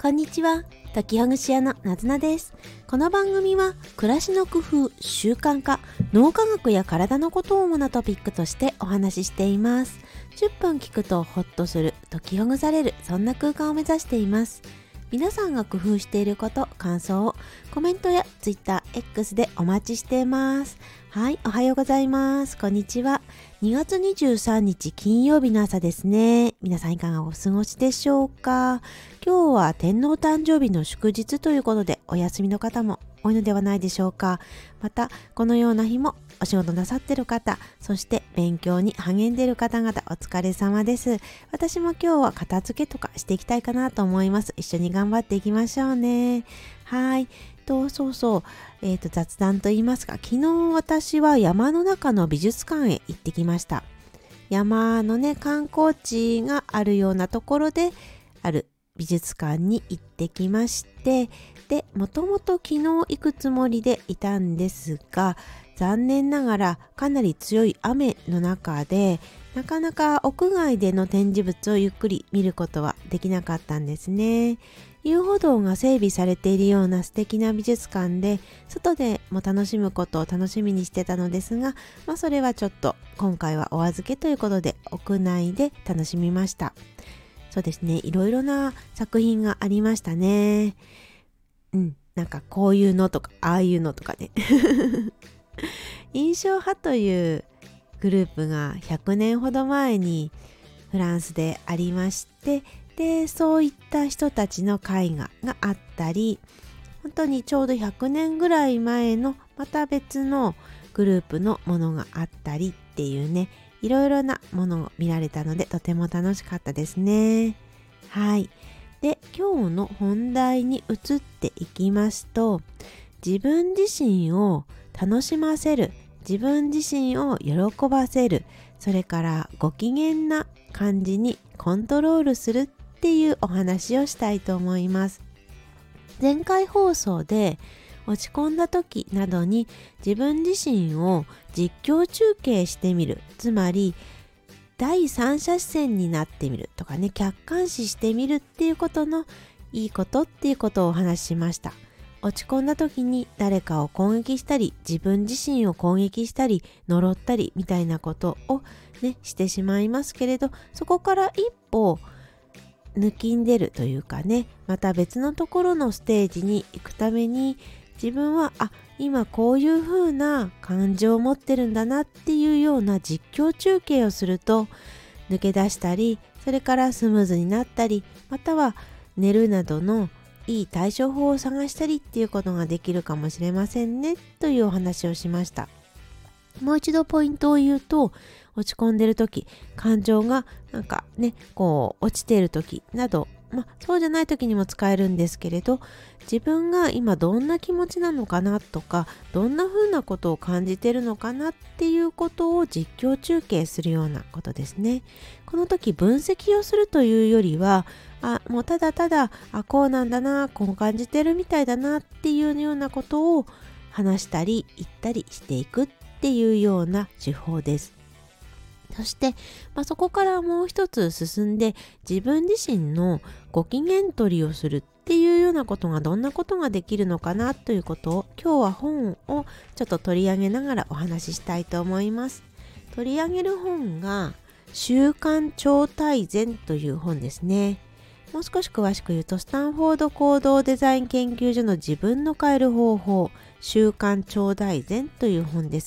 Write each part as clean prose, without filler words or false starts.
こんにちは、解きほぐし屋のなずなです。この番組は暮らしの工夫、習慣化、脳科学や体のことを主なトピックとしてお話ししています。10分聞くとホッとする、解きほぐされる、そんな空間を目指しています。皆さんが工夫していること、感想をコメントや Twitter、X でお待ちしています。はい、おはようございます。こんにちは。2月23日金曜日の朝ですね。皆さんいかがお過ごしでしょうか。今日は天皇誕生日の祝日ということでお休みの方も多いのではないでしょうか。またこのような日もお仕事なさっている方、そして勉強に励んでいる方々お疲れ様です。私も今日は片付けとかしていきたいかなと思います。一緒に頑張っていきましょうね。はい。雑談と言いますか、昨日私は山の中の美術館へ行ってきました。山のね、観光地があるようなところである美術館に行ってきまして、で、もともと昨日行くつもりでいたんですが、残念ながらかなり強い雨の中で、なかなか屋外での展示物をゆっくり見ることはできなかったんですね。遊歩道が整備されているような素敵な美術館で、外でも楽しむことを楽しみにしてたのですが、それはちょっと今回はお預けということで屋内で楽しみました。そうですね、いろいろな作品がありましたね。なんかこういうのとかああいうのとかね印象派というグループが100年ほど前にフランスでありまして、でそういった人たちの絵画があったり、本当にちょうど100年ぐらい前のまた別のグループのものがあったりっていうね、いろいろなものを見られたのでとても楽しかったですね。はい。で、今日の本題に移っていきますと、自分自身を楽しませる、自分自身を喜ばせる、それからご機嫌な感じにコントロールするっていうお話をしたいと思います。前回放送で落ち込んだ時などに自分自身を実況中継してみる、つまり第三者視点になってみるとかね、客観視してみるっていうことのいいことっていうことをお話ししました。落ち込んだ時に誰かを攻撃したり、自分自身を攻撃したり、呪ったりみたいなことをね、してしまいますけれど、そこから一歩抜きんでるというかね、また別のところのステージに行くために、自分は今こういう風な感情を持ってるんだなっていうような実況中継をすると抜け出したり、それからスムーズになったり、または寝るなどのいい対処法を探したりっていうことができるかもしれませんねというお話をしました。もう一度ポイントを言うと、落ち込んでる時、感情がなんかね、こう落ちている時など、そうじゃない時にも使えるんですけれど、自分が今どんな気持ちなのかなとか、どんな風なことを感じているのかなっていうことを実況中継するようなことですね。この時分析をするというよりは、もうただただこうなんだな、こう感じてるみたいだなっていうようなことを話したり言ったりしていくっていうような手法です。そして、そこからもう一つ進んで、自分自身のご機嫌取りをするっていうようなことがどんなことができるのかなということを、今日は本をちょっと取り上げながらお話ししたいと思います。取り上げる本が習慣超大全という本ですね。もう少し詳しく言うと、スタンフォード行動デザイン研究所の自分の変える方法、習慣超大全という本です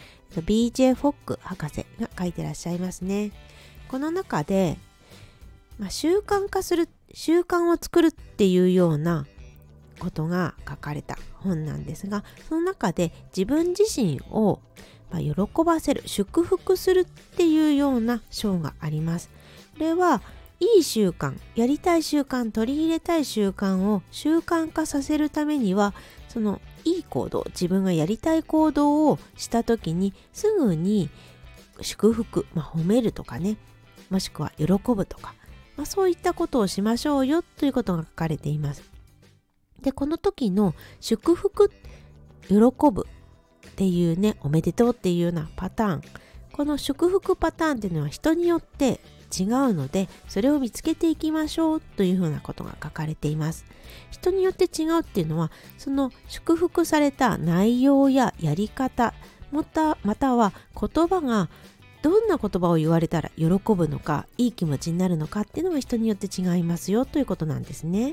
。BJ フォック博士が書いてらっしゃいますね。この中で、習慣化する、習慣を作るっていうようなことが書かれた本なんですが、その中で自分自身を喜ばせる、祝福するっていうような章があります。これはいい習慣、やりたい習慣、取り入れたい習慣を習慣化させるためには、そのいい行動、自分がやりたい行動をしたときにすぐに祝福、褒めるとかね、もしくは喜ぶとか、そういったことをしましょうよということが書かれています。で、この時の祝福、喜ぶっていうね、おめでとうっていうようなパターン、この祝福パターンっていうのは人によって違うので、それを見つけていきましょうというふうなことが書かれています。人によって違うっていうのは、その祝福された内容ややり方、または言葉がどんな言葉を言われたら喜ぶのか、いい気持ちになるのかっていうのが人によって違いますよということなんですね。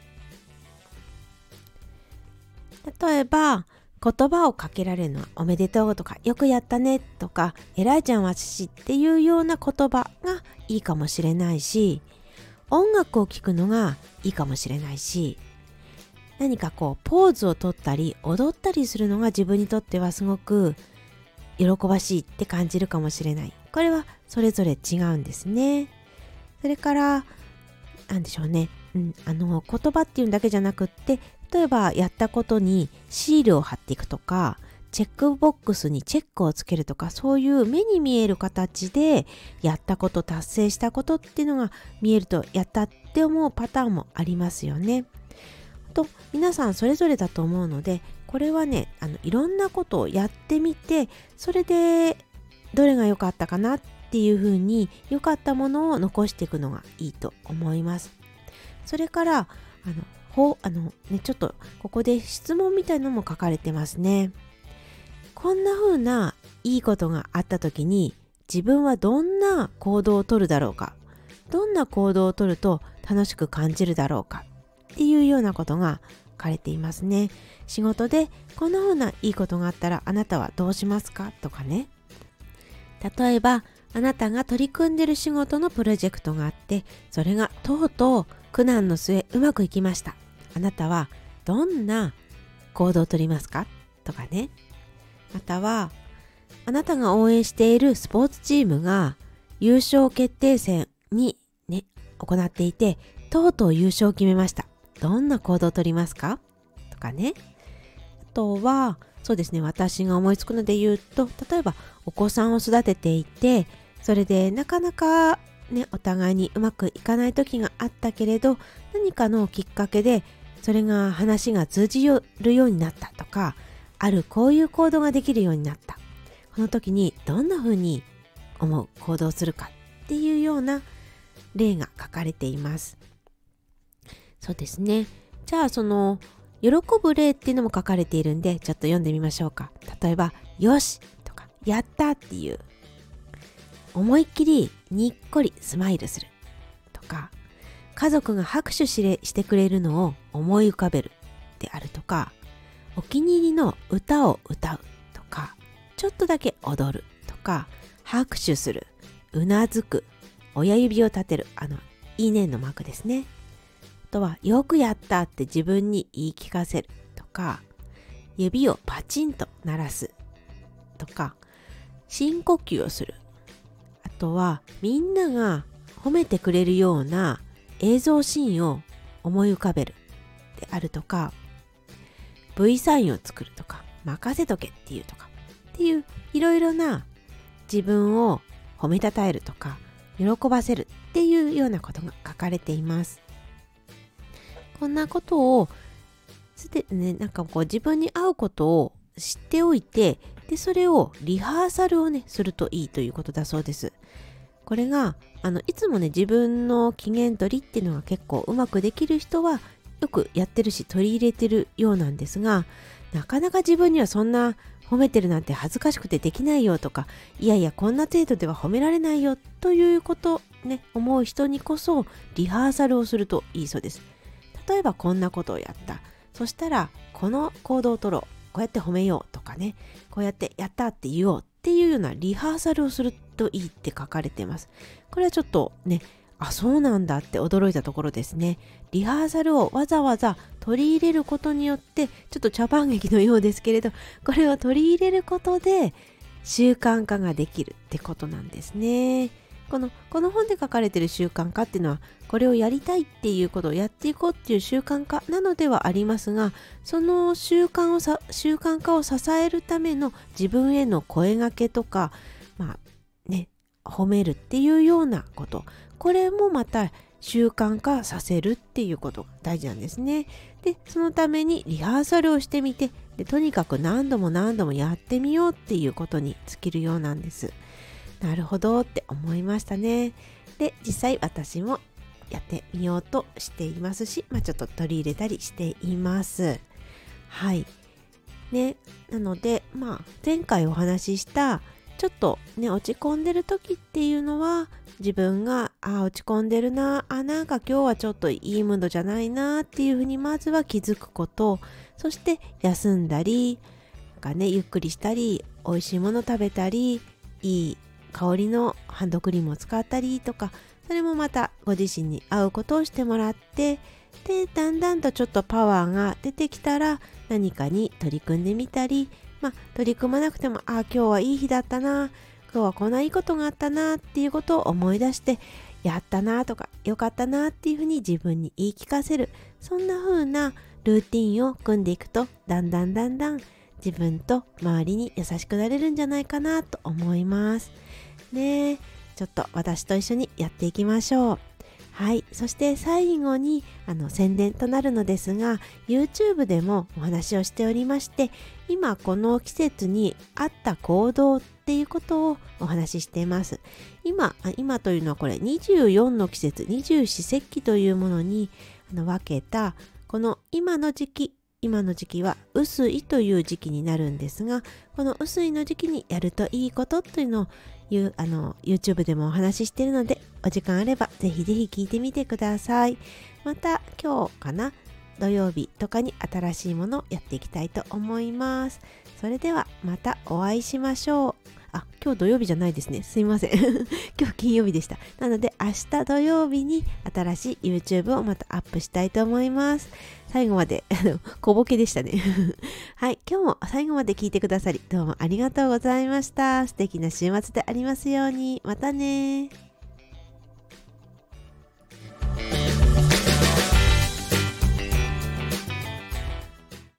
例えば言葉をかけられるのはおめでとうとかよくやったねとか偉いじゃん私っていうような言葉がいいかもしれないし、音楽を聴くのがいいかもしれないし、何かポーズをとったり踊ったりするのが自分にとってはすごく喜ばしいって感じるかもしれない。これはそれぞれ違うんですね。それからなんでしょうね、言葉っていうだけじゃなくって、例えばやったことにシールを貼っていくとか、チェックボックスにチェックをつけるとか、そういう目に見える形でやったこと、達成したことっていうのが見えると、やったって思うパターンもありますよね。と皆さんそれぞれだと思うので、これはね、いろんなことをやってみて、それでどれが良かったかなっていうふうに良かったものを残していくのがいいと思います。それからちょっとここで質問みたいなのも書かれてますね。こんな風ないいことがあった時に自分はどんな行動をとるだろうか、どんな行動をとると楽しく感じるだろうかっていうようなことが書かれていますね。仕事でこんな風ないいことがあったらあなたはどうしますかとかね。例えばあなたが取り組んでる仕事のプロジェクトがあって、それがとうとう苦難の末うまくいきました。あなたはどんな行動をとりますかとかね。またはあなたが応援しているスポーツチームが優勝決定戦にね行っていて、とうとう優勝を決めました。どんな行動をとりますかとかね。あとはそうですね、私が思いつくので言うと、例えばお子さんを育てていて、それでなかなかねお互いにうまくいかない時があったけれど、何かのきっかけでそれが話が通じるようになったとか、あるこういう行動ができるようになった。この時にどんな風に思う行動をするかっていうような例が書かれています。そうですね。じゃあその喜ぶ例っていうのも書かれているんで、ちょっと読んでみましょうか。例えばよしとかやったっていう、思いっきりにっこりスマイルするとか、家族が拍手してくれるのを思い浮かべるであるとか、お気に入りの歌を歌うとか、ちょっとだけ踊るとか、拍手する、うなずく、親指を立てる、いいねのマークですね。あとはよくやったって自分に言い聞かせるとか、指をパチンと鳴らすとか、深呼吸をする。あとはみんなが褒めてくれるような映像シーンを思い浮かべるであるとか、V サインを作るとか、任せとけっていうとかっていういろいろな自分を褒めたたえるとか喜ばせるっていうようなことが書かれています。こんなことを自分に合うことを知っておいて、でそれをリハーサルをするといいということだそうです。これがいつも自分の機嫌取りっていうのが結構うまくできる人はよくやってるし取り入れてるようなんですが、なかなか自分にはそんな褒めてるなんて恥ずかしくてできないよとか、いやいやこんな程度では褒められないよということ思う人にこそリハーサルをするといいそうです。例えばこんなことをやった、そしたらこの行動を取ろう、こうやって褒めようとかね、こうやってやったって言おうっていうようなリハーサルをするといいって書かれてます。これはちょっとそうなんだって驚いたところですね。リハーサルをわざわざ取り入れることによって、ちょっと茶番劇のようですけれど、これを取り入れることで習慣化ができるってことなんですね。この本で書かれている習慣化っていうのは、これをやりたいっていうことをやっていこうっていう習慣化なのではありますが、その習慣化を支えるための自分への声掛けとか、褒めるっていうようなこと、これもまた習慣化させるっていうことが大事なんですね。で、そのためにリハーサルをしてみて、とにかく何度もやってみようっていうことに尽きるようなんです。なるほどって思いましたね。 で、実際私もやってみようとしていますし、ちょっと取り入れたりしています。はいね、なので前回お話ししたちょっとね落ち込んでる時っていうのは、自分が落ち込んでるな、なんか今日はちょっといいムードじゃないなっていうふうにまずは気づくこと、そして休んだりゆっくりしたり、美味しいもの食べたり、いい香りのハンドクリームを使ったりとか、それもまたご自身に合うことをしてもらって、でだんだんとちょっとパワーが出てきたら何かに取り組んでみたり、取り組まなくても今日はいい日だったな、今日はこんないいことがあったなっていうことを思い出して、やったなとかよかったなっていうふうに自分に言い聞かせる、そんな風なルーティンを組んでいくと、だんだん自分と周りに優しくなれるんじゃないかなと思いますね。ちょっと私と一緒にやっていきましょう。はい、そして最後に宣伝となるのですが、 YouTube でもお話をしておりまして、今この季節に合った行動っていうことをお話ししています。今というのはこれ24の季節、二十四節気というものに分けた、この今の時期は雨水という時期になるんですが、この雨水の時期にやるといいことというのをYouTube でもお話ししているので、お時間あればぜひ聞いてみてください。また今日土曜日とかに新しいものをやっていきたいと思います。それではまたお会いしましょう。今日土曜日じゃないですね、すいません今日金曜日でした。なので明日土曜日に新しい YouTube をまたアップしたいと思います。最後まで小ボケでしたねはい、今日も最後まで聞いてくださりどうもありがとうございました。素敵な週末でありますように。またね。